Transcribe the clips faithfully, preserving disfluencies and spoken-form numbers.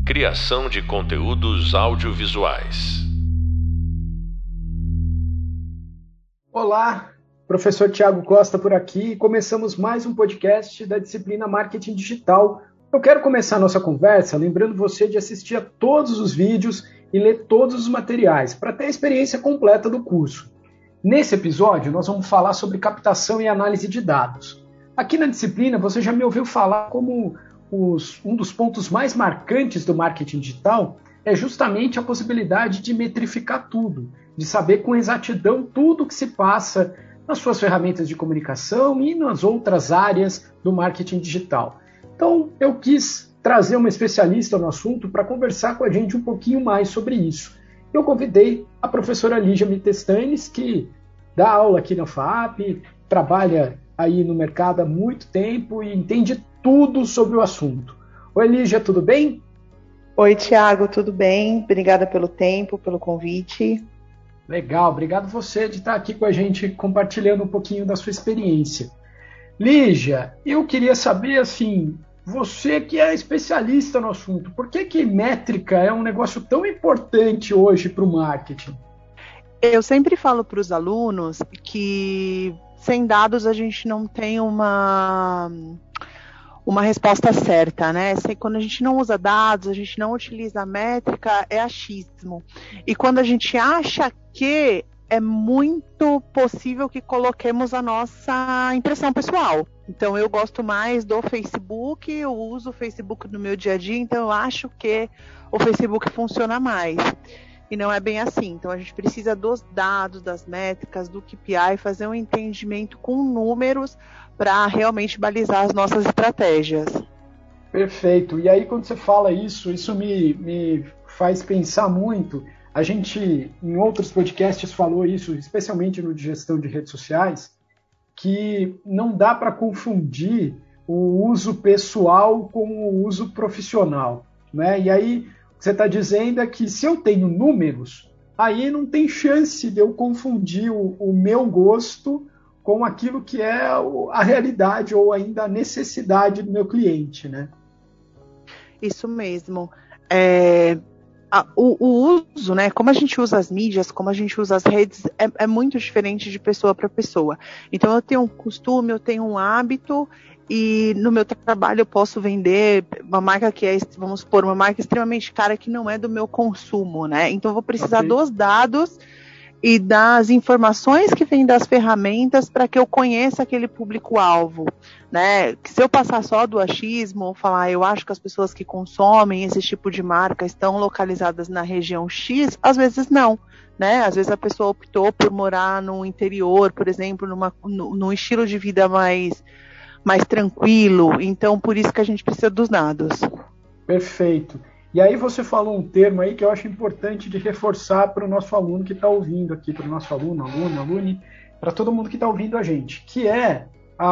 Criação de conteúdos audiovisuais. Olá, professor Tiago Costa por aqui. Começamos mais um podcast da disciplina Marketing Digital. Eu quero começar a nossa conversa lembrando você de assistir a todos os vídeos e ler todos os materiais para ter a experiência completa do curso. Nesse episódio, nós vamos falar sobre captação e análise de dados. Aqui na disciplina, você já me ouviu falar como os, um dos pontos mais marcantes do marketing digital é justamente a possibilidade de metrificar tudo, de saber com exatidão tudo o que se passa nas suas ferramentas de comunicação e nas outras áreas do marketing digital. Então, eu quis trazer uma especialista no assunto para conversar com a gente um pouquinho mais sobre isso. Eu convidei a professora Lígia Mitestanes, que dá aula aqui na F A A P, trabalha aí no mercado há muito tempo e entende tudo sobre o assunto. Oi, Lígia, tudo bem? Oi, Tiago, tudo bem? Obrigada pelo tempo, pelo convite. Legal, obrigado você de estar aqui com a gente compartilhando um pouquinho da sua experiência. Lígia, eu queria saber, assim, você que é especialista no assunto, por que que métrica é um negócio tão importante hoje para o marketing? Eu sempre falo para os alunos que sem dados a gente não tem uma... uma resposta certa, né? Quando a gente não usa dados, a gente não utiliza a métrica, é achismo. E quando a gente acha que, é muito possível que coloquemos a nossa impressão pessoal. Então, eu gosto mais do Facebook, eu uso o Facebook no meu dia a dia, então eu acho que o Facebook funciona mais. E não é bem assim. Então, a gente precisa dos dados, das métricas, do K P I, fazer um entendimento com números para realmente balizar as nossas estratégias. Perfeito. E aí, quando você fala isso, isso me, me faz pensar muito. A gente, em outros podcasts, falou isso, especialmente no de gestão de redes sociais, que não dá para confundir o uso pessoal com o uso profissional, né? E aí, o que você está dizendo é que se eu tenho números, aí não tem chance de eu confundir o, o meu gosto com aquilo que é a realidade ou ainda a necessidade do meu cliente, né? Isso mesmo. É, a, o, o uso, né? Como a gente usa as mídias, como a gente usa as redes, é, é muito diferente de pessoa para pessoa. Então, eu tenho um costume, eu tenho um hábito, e no meu trabalho eu posso vender uma marca que é, vamos supor, uma marca extremamente cara que não é do meu consumo, né? Então, eu vou precisar okay. dos dados e das informações que vêm das ferramentas para que eu conheça aquele público-alvo, né? Se eu passar só do achismo, ou falar, eu acho que as pessoas que consomem esse tipo de marca estão localizadas na região X, às vezes não, né? Às vezes a pessoa optou por morar no interior, por exemplo, numa, no, num estilo de vida mais, mais tranquilo, então por isso que a gente precisa dos dados. Perfeito. E aí você falou um termo aí que eu acho importante de reforçar para o nosso aluno que está ouvindo aqui, para o nosso aluno, aluno, alune, para todo mundo que está ouvindo a gente, que é,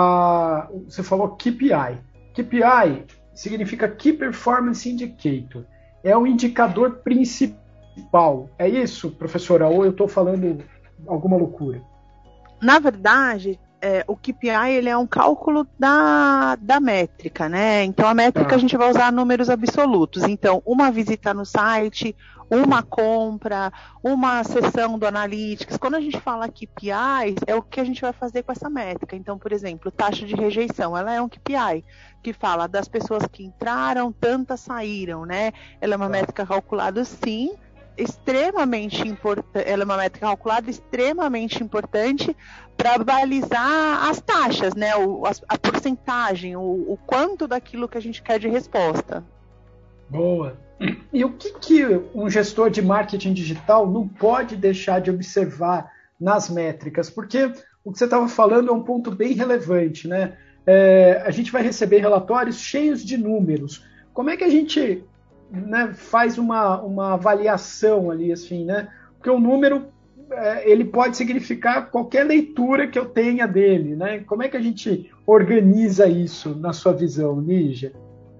a, você falou K P I. K P I significa Key Performance Indicator. É o indicador principal. É isso, professora? Ou eu estou falando alguma loucura? Na verdade, É, o K P I ele é um cálculo da, da métrica, né? Então, a métrica ah. a gente vai usar números absolutos. Então, uma visita no site, uma compra, uma sessão do Analytics. Quando a gente fala K P Is, é o que a gente vai fazer com essa métrica. Então, por exemplo, taxa de rejeição, ela é um K P I, que fala das pessoas que entraram, tantas saíram, né? Ela é uma ah. métrica calculada, sim, extremamente importante, ela é uma métrica calculada extremamente importante para balizar as taxas, né? O, a, a porcentagem, o, o quanto daquilo que a gente quer de resposta. Boa. E o que, que um gestor de marketing digital não pode deixar de observar nas métricas? Porque o que você estava falando é um ponto bem relevante, né? É, a gente vai receber relatórios cheios de números. Como é que a gente, né, faz uma, uma avaliação ali, assim, né? Porque o número, é, ele pode significar qualquer leitura que eu tenha dele, né? Como é que a gente organiza isso na sua visão, Lígia?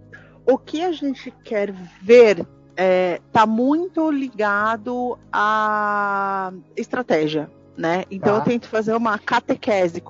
O que a gente quer ver está é, muito ligado à estratégia, né? Então tá. Eu tento fazer uma catequese com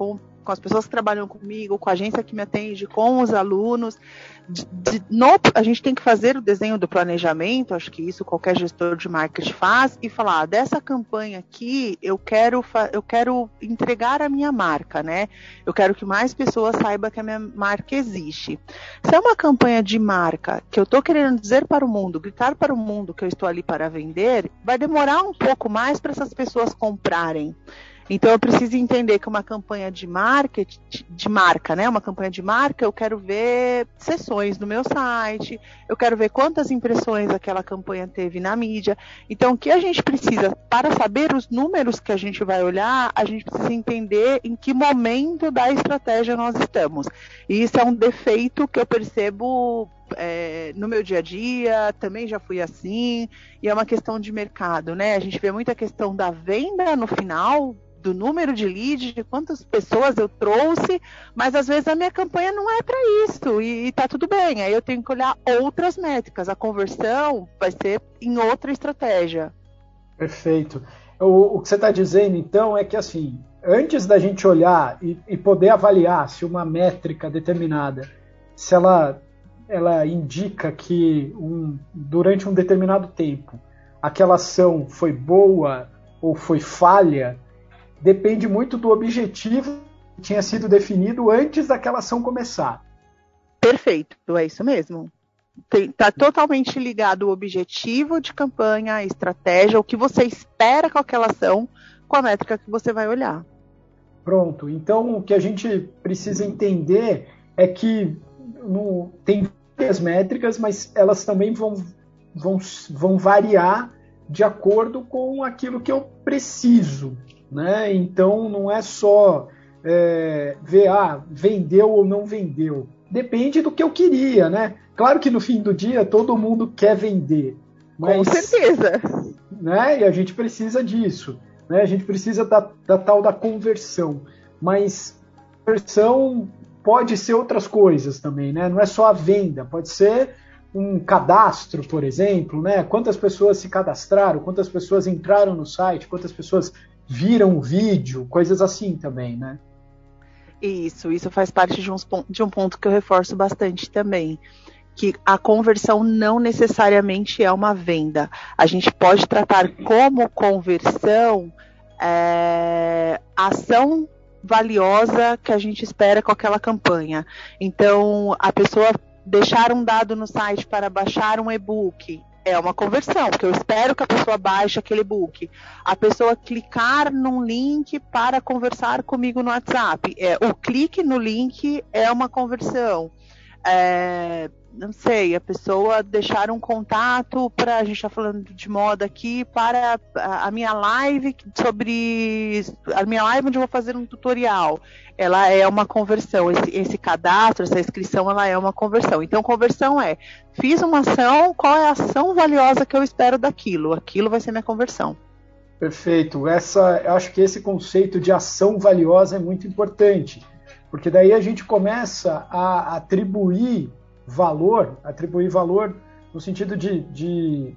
com as pessoas que trabalham comigo, com a agência que me atende, com os alunos. De, de, no, a gente tem que fazer o desenho do planejamento, acho que isso qualquer gestor de marketing faz, e falar, ah, dessa campanha aqui, eu quero, eu quero entregar a minha marca, né? Eu quero que mais pessoas saibam que a minha marca existe. Se é uma campanha de marca que eu estou querendo dizer para o mundo, gritar para o mundo que eu estou ali para vender, vai demorar um pouco mais para essas pessoas comprarem. Então eu preciso entender que uma campanha de marketing, de marca, né? Uma campanha de marca, eu quero ver sessões no meu site, eu quero ver quantas impressões aquela campanha teve na mídia. Então o que a gente precisa, para saber os números que a gente vai olhar, a gente precisa entender em que momento da estratégia nós estamos. E isso é um defeito que eu percebo É, no meu dia a dia, também já fui assim, e é uma questão de mercado, né? A gente vê muita questão da venda no final, do número de leads, de quantas pessoas eu trouxe, mas às vezes a minha campanha não é para isso, e, e tá tudo bem, aí eu tenho que olhar outras métricas, a conversão vai ser em outra estratégia. Perfeito. O, o que você está dizendo, então, é que assim, antes da gente olhar e, e poder avaliar se uma métrica determinada, se ela ela indica que um, durante um determinado tempo aquela ação foi boa ou foi falha, depende muito do objetivo que tinha sido definido antes daquela ação começar. Perfeito, é isso mesmo. Está totalmente ligado o objetivo de campanha, a estratégia, o que você espera com aquela ação, com a métrica que você vai olhar. Pronto, então o que a gente precisa entender é que no, tem várias métricas, mas elas também vão, vão, vão variar de acordo com aquilo que eu preciso, né? Então não é só é, ver, ah, vendeu ou não vendeu. Depende do que eu queria, né? Claro que no fim do dia todo mundo quer vender. Mas, com certeza. Né? E a gente precisa disso, né? A gente precisa da, da tal da conversão. Mas conversão pode ser outras coisas também, né? Não é só a venda, pode ser um cadastro, por exemplo, né? Quantas pessoas se cadastraram, quantas pessoas entraram no site, quantas pessoas viram o vídeo, coisas assim também, né? Isso, isso faz parte de um, de um ponto que eu reforço bastante também, que a conversão não necessariamente é uma venda. A gente pode tratar como conversão é, ação valiosa que a gente espera com aquela campanha. Então, a pessoa deixar um dado no site para baixar um e-book é uma conversão, porque eu espero que a pessoa baixe aquele e-book. A pessoa clicar num link para conversar comigo no WhatsApp, é, o clique no link é uma conversão. É, não sei, a pessoa deixar um contato para, a gente está falando de moda aqui, para a, a minha live sobre, a minha live onde eu vou fazer um tutorial, ela é uma conversão, esse, esse cadastro, essa inscrição, ela é uma conversão. Então, conversão é, fiz uma ação, qual é a ação valiosa que eu espero daquilo? Aquilo vai ser minha conversão. Perfeito, essa, eu acho que esse conceito de ação valiosa é muito importante, porque daí a gente começa a atribuir valor, atribuir valor no sentido de, de,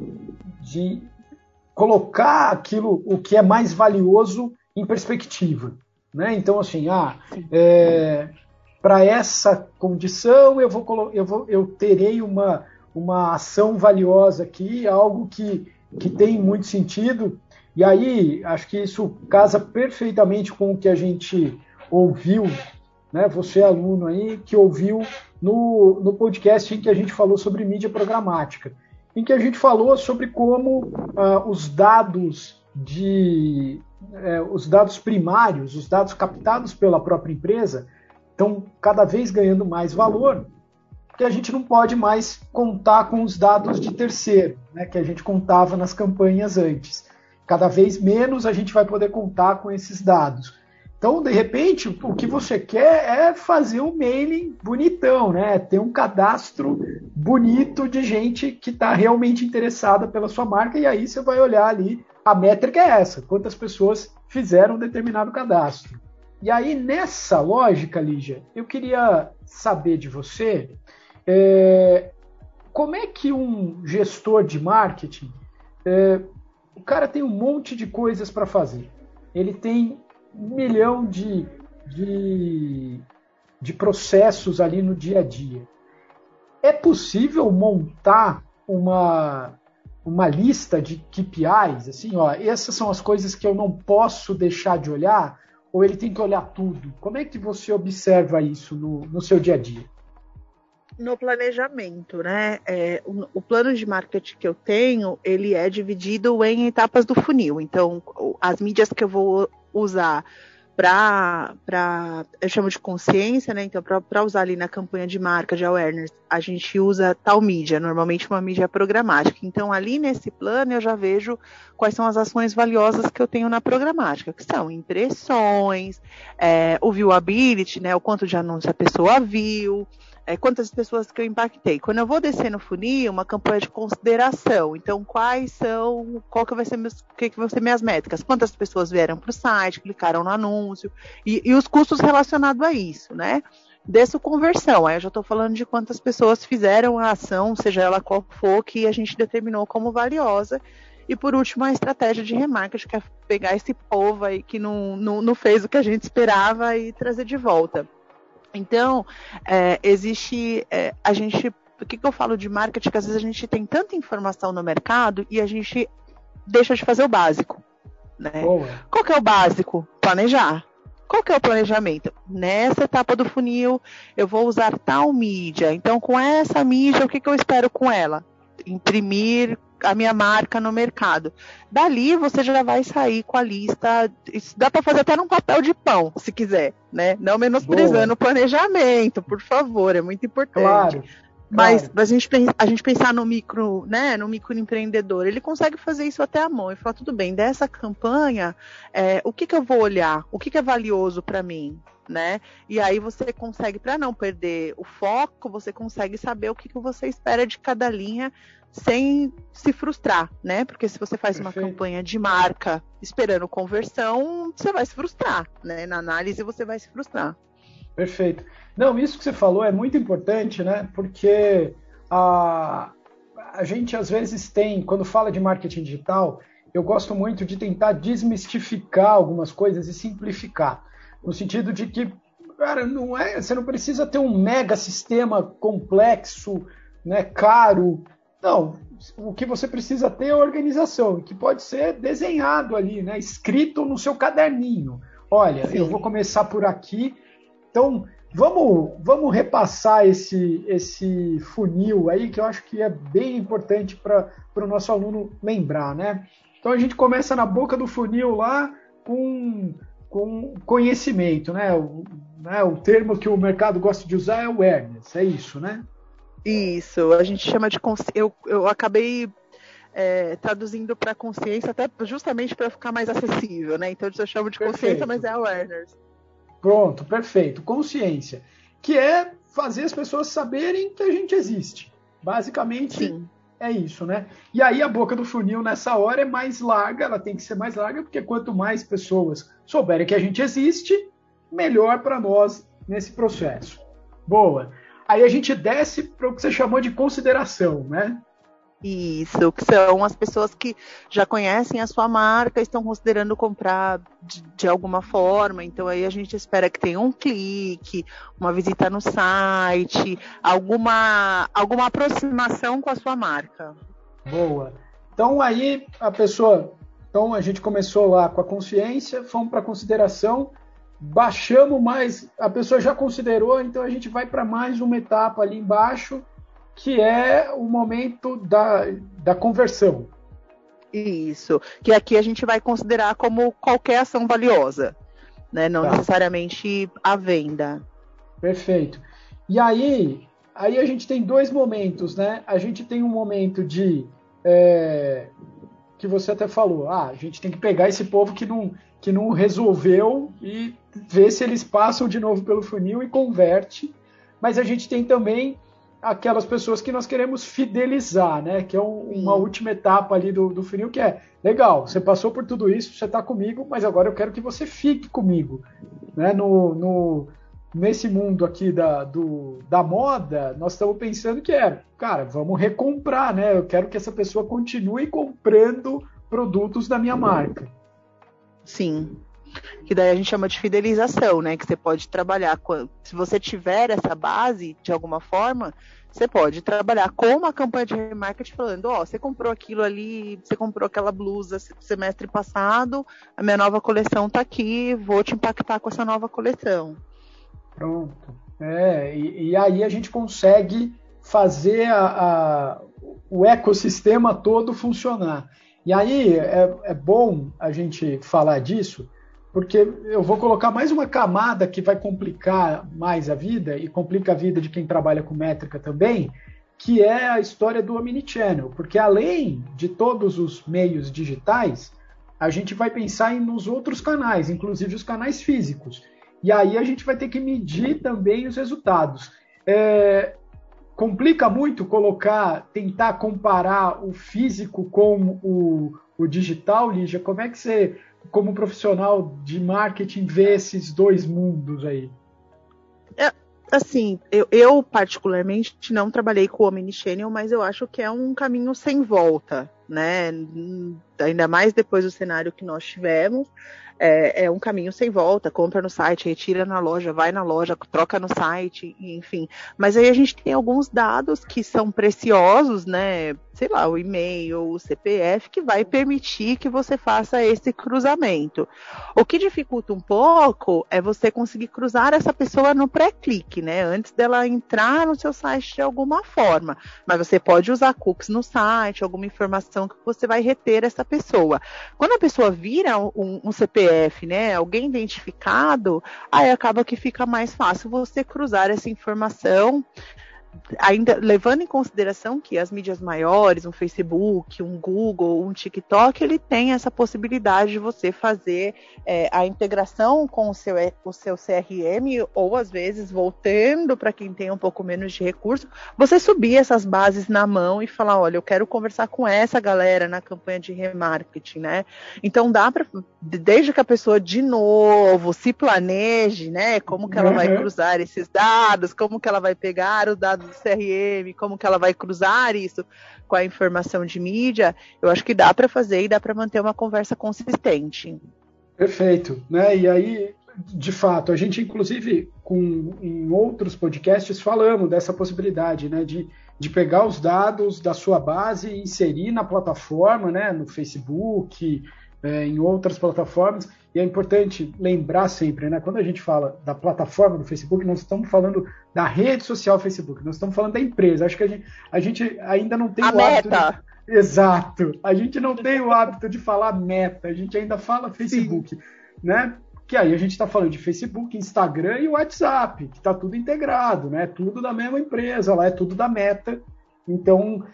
de colocar aquilo, o que é mais valioso em perspectiva, né? Então, assim, ah, é, para essa condição eu, vou, eu, vou, eu terei uma, uma ação valiosa aqui, algo que, que tem muito sentido, e aí acho que isso casa perfeitamente com o que a gente ouviu, né? Você, aluno aí, que ouviu no, no podcast em que a gente falou sobre mídia programática, em que a gente falou sobre como ah, os dados de eh, os dados primários, os dados captados pela própria empresa, estão cada vez ganhando mais valor, porque a gente não pode mais contar com os dados de terceiro, né, que a gente contava nas campanhas antes. Cada vez menos a gente vai poder contar com esses dados. Então, de repente, o que você quer é fazer um mailing bonitão, né? Ter um cadastro bonito de gente que está realmente interessada pela sua marca, e aí você vai olhar ali, a métrica é essa, quantas pessoas fizeram um determinado cadastro. E aí, nessa lógica, Lígia, eu queria saber de você, é, como é que um gestor de marketing, é, o cara tem um monte de coisas para fazer, ele tem um milhão de de, de processos ali no dia a dia. É possível montar uma, uma lista de K P Is, assim, ó, essas são as coisas que eu não posso deixar de olhar, ou ele tem que olhar tudo? Como é que você observa isso no, no seu dia a dia? No planejamento, né? É, o, o plano de marketing que eu tenho, ele é dividido em etapas do funil. Então, as mídias que eu vou usar para, eu chamo de consciência, né? Então, para usar ali na campanha de marca, de awareness, a gente usa tal mídia, normalmente uma mídia programática. Então, ali nesse plano, eu já vejo quais são as ações valiosas que eu tenho na programática, que são impressões, é, o viewability, né? O quanto de anúncio a pessoa viu, É, quantas pessoas que eu impactei. Quando eu vou descer no funil, uma campanha de consideração. Então, quais são, qual que vai ser meus, que, que vão ser minhas métricas? Quantas pessoas vieram para o site, clicaram no anúncio, e, e os custos relacionados a isso, né? Desço conversão, aí eu já estou falando de quantas pessoas fizeram a ação, seja ela qual for, que a gente determinou como valiosa. E por último, a estratégia de remarketing, que é pegar esse povo aí que não, não, não fez o que a gente esperava e trazer de volta. Então, é, existe, é, a gente, o que, que eu falo de marketing, que às vezes a gente tem tanta informação no mercado e a gente deixa de fazer o básico, né? Boa. Qual que é o básico? Planejar. Qual que é o planejamento? Nessa etapa do funil, eu vou usar tal mídia. Então, com essa mídia, o que, que eu espero com ela? Imprimir a minha marca no mercado. Dali você já vai sair com a lista. Isso dá para fazer até num papel de pão, se quiser, né? Não menosprezando Boa. O planejamento, por favor, é muito importante. Claro. Mas claro. a gente, a gente pensar no micro, né, no microempreendedor, ele consegue fazer isso até à mão e falar, tudo bem, dessa campanha, é, o que, que eu vou olhar? O que, que é valioso para mim? Né? E aí você consegue, para não perder o foco, você consegue saber o que, que você espera de cada linha sem se frustrar, né? Porque se você faz Perfeito. Uma campanha de marca esperando conversão, você vai se frustrar, né? Na análise você vai se frustrar. Perfeito. Não, isso que você falou é muito importante, né? Porque a, a gente às vezes tem, quando fala de marketing digital, eu gosto muito de tentar desmistificar algumas coisas e simplificar. No sentido de que, cara, não é, você não precisa ter um mega sistema complexo, né, caro. Não, o que você precisa ter é organização, que pode ser desenhado ali, né, escrito no seu caderninho. Olha, Sim. eu vou começar por aqui. Então, vamos, vamos repassar esse, esse funil aí, que eu acho que é bem importante para o nosso aluno lembrar, né? Então, a gente começa na boca do funil lá com... com conhecimento, né? O, né? O termo que o mercado gosta de usar é awareness, é isso, né? Isso, a gente chama de consciência. Eu, eu acabei é, traduzindo para consciência, até justamente para ficar mais acessível, né? Então eu chamo de Perfeito. Consciência, mas é awareness. Pronto, perfeito. Consciência, que é fazer as pessoas saberem que a gente existe. Basicamente, Sim. é isso, né? E aí a boca do funil nessa hora é mais larga, ela tem que ser mais larga, porque quanto mais pessoas souberem que a gente existe, melhor para nós nesse processo. Boa. Aí a gente desce para o que você chamou de consideração, né? Isso, que são as pessoas que já conhecem a sua marca, estão considerando comprar de, de alguma forma, então aí a gente espera que tenha um clique, uma visita no site, alguma, alguma aproximação com a sua marca. Boa. Então aí a pessoa, então a gente começou lá com a consciência, fomos para a consideração, baixamos mais, a pessoa já considerou, então a gente vai para mais uma etapa ali embaixo, que é o momento da, da conversão. Isso, que aqui a gente vai considerar como qualquer ação valiosa, né? Não Tá. necessariamente a venda. Perfeito. E aí, aí a gente tem dois momentos, né? A gente tem um momento de... É, que você até falou, ah, a gente tem que pegar esse povo que não, que não resolveu e ver se eles passam de novo pelo funil e converte. Mas a gente tem também aquelas pessoas que nós queremos fidelizar, né? Que é um, uma última etapa ali do, do funil, que é, legal, você passou por tudo isso, você está comigo, mas agora eu quero que você fique comigo. Né? No, no, nesse mundo aqui da, do, da moda, nós estamos pensando que é, cara, vamos recomprar, né? Eu quero que essa pessoa continue comprando produtos da minha marca. Sim. que daí a gente chama de fidelização, né? Que você pode trabalhar, com, se você tiver essa base de alguma forma, você pode trabalhar com uma campanha de remarketing falando, ó, oh, você comprou aquilo ali, você comprou aquela blusa semestre passado, a minha nova coleção tá aqui, vou te impactar com essa nova coleção. Pronto. É, e, e aí a gente consegue fazer a, a, o ecossistema todo funcionar. E aí é, é bom a gente falar disso, porque eu vou colocar mais uma camada que vai complicar mais a vida, e complica a vida de quem trabalha com métrica também, que é a história do Omnichannel. Porque além de todos os meios digitais, a gente vai pensar em, nos outros canais, inclusive os canais físicos. E aí a gente vai ter que medir também os resultados. É, complica muito colocar, tentar comparar o físico com o, o digital, Lígia? Como é que você, como profissional de marketing, vê esses dois mundos aí? É, assim, eu, eu particularmente não trabalhei com o Omnichannel, mas eu acho que é um caminho sem volta, né? Ainda mais depois do cenário que nós tivemos. É, é um caminho sem volta, compra no site, retira na loja, vai na loja, troca no site, enfim. Mas aí a gente tem alguns dados que são preciosos, né? Sei lá, o e-mail, o C P F, que vai permitir que você faça esse cruzamento. O que dificulta um pouco é você conseguir cruzar essa pessoa no pré-clique, né? Antes dela entrar no seu site de alguma forma. Mas você pode usar cookies no site, alguma informação que você vai reter essa pessoa. Quando a pessoa vira um, um C P F, né, alguém identificado, aí acaba que fica mais fácil você cruzar essa informação, ainda levando em consideração que as mídias maiores, um Facebook, um Google, um TikTok, ele tem essa possibilidade de você fazer é, a integração com o seu, o seu C R M, ou às vezes, voltando para quem tem um pouco menos de recurso, você subir essas bases na mão e falar, olha, eu quero conversar com essa galera na campanha de remarketing, né? Então dá para, desde que a pessoa de novo se planeje, né? Como que ela uhum. vai cruzar esses dados, como que ela vai pegar os dados do C R M, como que ela vai cruzar isso com a informação de mídia, eu acho que dá para fazer e dá para manter uma conversa consistente. Perfeito, né? E aí, de fato, a gente inclusive com, em outros podcasts falamos dessa possibilidade, né? De, de pegar os dados da sua base e inserir na plataforma, né? No Facebook, é, em outras plataformas. E é importante lembrar sempre, né? Quando a gente fala da plataforma do Facebook, nós estamos falando da rede social Facebook, nós estamos falando da empresa. Acho que a gente, a gente ainda não tem a o meta. hábito de... Exato. A gente não tem o hábito de falar meta, a gente ainda fala Facebook, Sim. né? Que aí a gente está falando de Facebook, Instagram e WhatsApp, que está tudo integrado, né? Tudo da mesma empresa, lá é tudo da Meta. Então,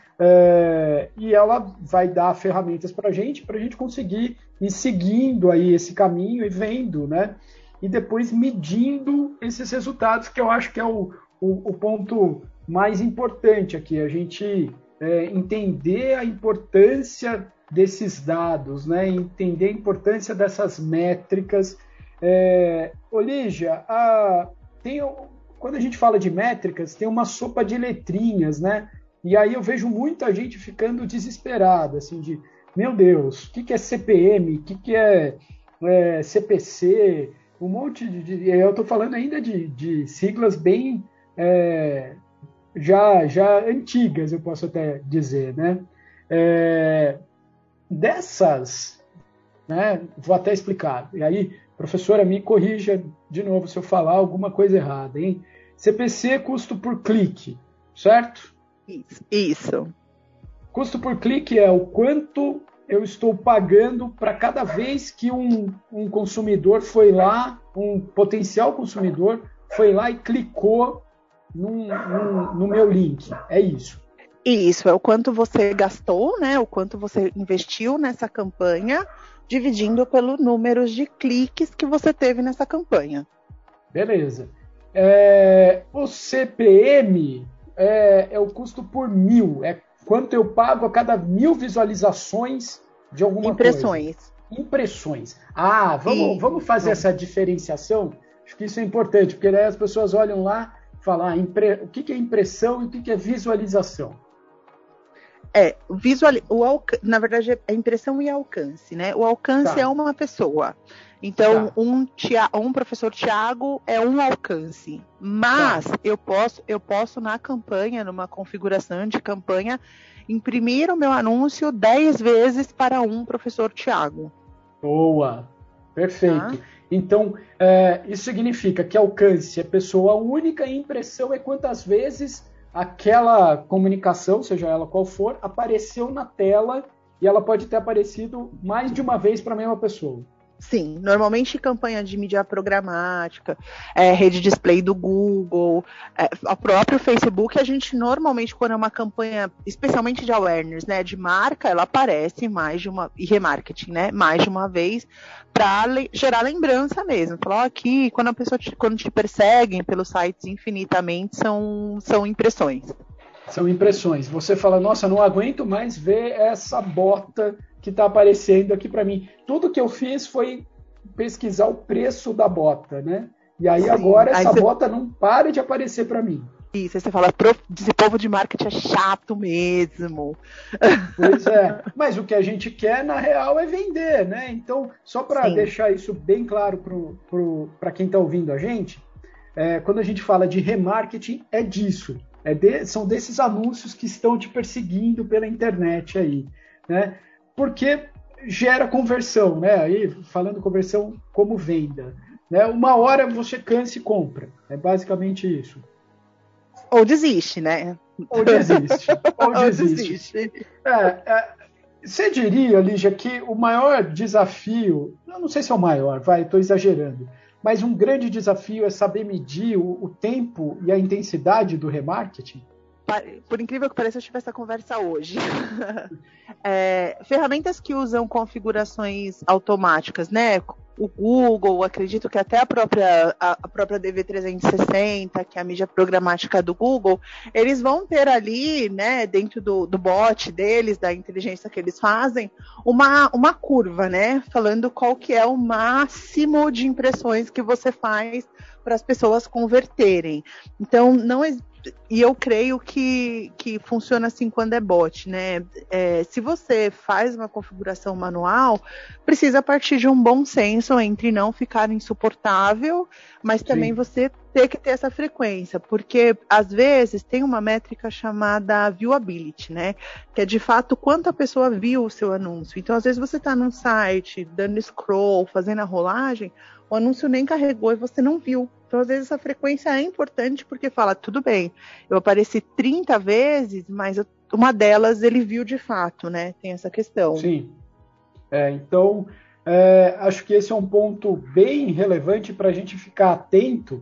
é, e ela vai dar ferramentas para a gente, para a gente conseguir ir seguindo aí esse caminho e vendo, né? E depois medindo esses resultados, que eu acho que é o, o, o ponto mais importante aqui, a gente é, entender a importância desses dados, né? Entender a importância dessas métricas. É, ô Lígia, a, tem, quando a gente fala de métricas, tem uma sopa de letrinhas, né? E aí eu vejo muita gente ficando desesperada, assim, de, meu Deus, o que, que é C P M, o que, que é, é C P C, um monte de... de eu estou falando ainda de, de siglas bem é, já, já antigas, eu posso até dizer, né? É, dessas, né, vou até explicar, e aí, professora, me corrija de novo se eu falar alguma coisa errada, hein? C P C, custo por clique, certo? Isso. Isso. Custo por clique é o quanto eu estou pagando para cada vez que um, um consumidor foi lá, um potencial consumidor foi lá e clicou num, num, no meu link. É isso. Isso, é o quanto você gastou, né? O quanto você investiu nessa campanha, dividindo pelo número de cliques que você teve nessa campanha. Beleza. É, o C P M... É, é o custo por mil, é quanto eu pago a cada mil visualizações de alguma Impressões. coisa. Impressões. Ah, vamos, vamos fazer essa diferenciação? Acho que isso é importante, porque daí as pessoas olham lá e falam ah, impre... o que é impressão e o que é visualização. É, visual, o alca- na verdade é impressão e alcance, né? O alcance Tá. é uma pessoa. Então, Tá. um, tia, um professor Tiago é um alcance. Mas Tá. eu posso, eu posso, na campanha, numa configuração de campanha, imprimir o meu anúncio dez vezes para um professor Tiago. Boa. Perfeito. Tá? Então, é, isso significa que alcance é pessoa única e impressão é quantas vezes aquela comunicação, seja ela qual for, apareceu na tela e ela pode ter aparecido mais de uma vez para a mesma pessoa. Sim, normalmente campanha de mídia programática, é, rede display do Google, é, o próprio Facebook, a gente normalmente, quando é uma campanha, especialmente de awareness, né, de marca, ela aparece mais de uma, e remarketing, né, mais de uma vez, para le, gerar lembrança mesmo. Falar, ó, aqui, quando a pessoa te, quando te perseguem pelos sites infinitamente, são, são impressões. São impressões. Você fala, nossa, não aguento mais ver essa bota que está aparecendo aqui para mim. Tudo que eu fiz foi pesquisar o preço da bota, né? E aí Sim. agora essa aí você... bota não para de aparecer para mim. Isso, aí você fala, esse povo de marketing é chato mesmo. Pois é, mas o que a gente quer, na real, é vender, né? Então, só para deixar isso bem claro para quem está ouvindo a gente, é, quando a gente fala de remarketing, é disso. É de, são desses anúncios que estão te perseguindo pela internet aí, né? Porque gera conversão, né? Aí, falando conversão como venda, né? Uma hora você cansa e compra. É basicamente isso. Ou desiste, né? Ou desiste. Ou desiste. Ou desiste. É, é, você diria, Lígia, que o maior desafio, eu não sei se é o maior, vai, estou exagerando, mas um grande desafio é saber medir o, o tempo e a intensidade do remarketing? Por incrível que pareça, eu tive essa conversa hoje. É, ferramentas que usam configurações automáticas, né? O Google, acredito que até a própria, a, a própria D V trezentos e sessenta, que é a mídia programática do Google, eles vão ter ali, né, dentro do, do bot deles, da inteligência que eles fazem, uma, uma curva, né? Falando qual que é o máximo de impressões que você faz para as pessoas converterem. Então, não e eu creio que, que funciona assim quando é bot, né? É, se você faz uma configuração manual, precisa partir de um bom senso entre não ficar insuportável, mas também Sim. você ter que ter essa frequência, porque às vezes tem uma métrica chamada viewability, né? Que é de fato quanto a pessoa viu o seu anúncio. Então, às vezes você está num site, dando scroll, fazendo a rolagem, o anúncio nem carregou e você não viu. Então, às vezes, essa frequência é importante porque fala, tudo bem, eu apareci trinta vezes, mas eu, uma delas ele viu de fato, né? Tem essa questão. Sim. É, então, é, acho que esse é um ponto bem relevante para a gente ficar atento,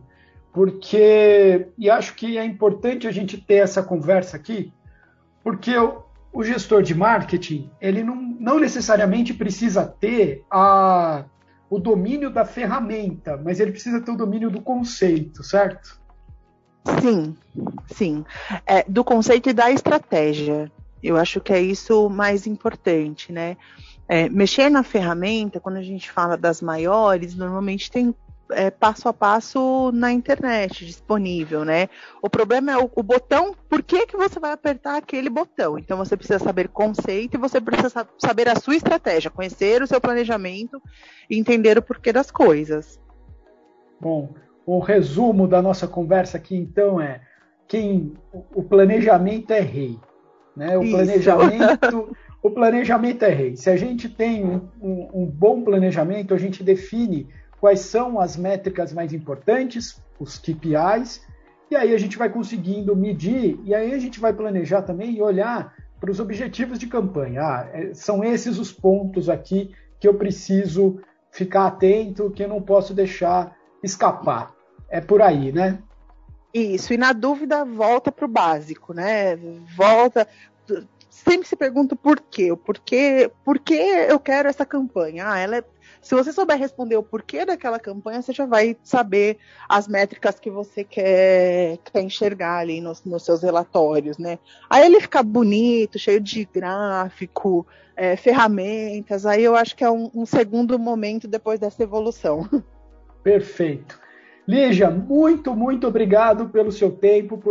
porque, e acho que é importante a gente ter essa conversa aqui, porque o, o gestor de marketing, ele não, não necessariamente precisa ter a... o domínio da ferramenta, mas ele precisa ter o domínio do conceito, certo? Sim, sim. É, do conceito e da estratégia. Eu acho que é isso mais importante, né? É, mexer na ferramenta, quando a gente fala das maiores, normalmente tem é, passo a passo na internet disponível, né? O problema é o, o botão, por que que você vai apertar aquele botão? Então você precisa saber conceito e você precisa saber a sua estratégia, conhecer o seu planejamento e entender o porquê das coisas. Bom, o resumo da nossa conversa aqui então é quem o planejamento é rei, né? O Isso. planejamento o planejamento é rei. Se a gente tem um, um, um bom planejamento, a gente define quais são as métricas mais importantes, os K P Is, e aí a gente vai conseguindo medir, e aí a gente vai planejar também e olhar para os objetivos de campanha. Ah, é, são esses os pontos aqui que eu preciso ficar atento, que eu não posso deixar escapar. É por aí, né? Isso, e na dúvida, volta para o básico, né? Volta... Sempre se pergunta o porquê, o porquê, por que eu quero essa campanha. Ah, ela é... Se você souber responder o porquê daquela campanha, você já vai saber as métricas que você quer, quer enxergar ali nos, nos seus relatórios, né? Aí ele fica bonito, cheio de gráfico, é, ferramentas, aí eu acho que é um, um segundo momento depois dessa evolução. Perfeito. Lígia, muito, muito obrigado pelo seu tempo, por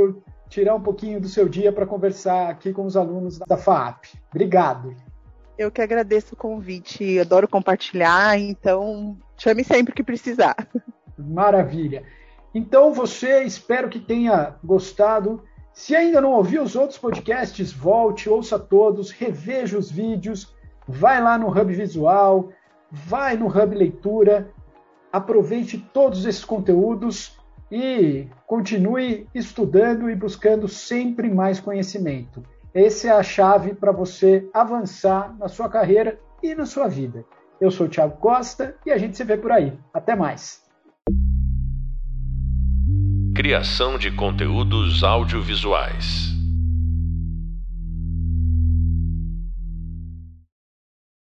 tirar um pouquinho do seu dia para conversar aqui com os alunos da F A A P. Obrigado. Eu que agradeço o convite, adoro compartilhar, então chame sempre que precisar. Maravilha. Então você, espero que tenha gostado. Se ainda não ouviu os outros podcasts, volte, ouça todos, reveja os vídeos, vai lá no Hub Visual, vai no Hub Leitura, aproveite todos esses conteúdos e continue estudando e buscando sempre mais conhecimento. Essa é a chave para você avançar na sua carreira e na sua vida. Eu sou o Thiago Costa e a gente se vê por aí. Até mais. Criação de conteúdos audiovisuais.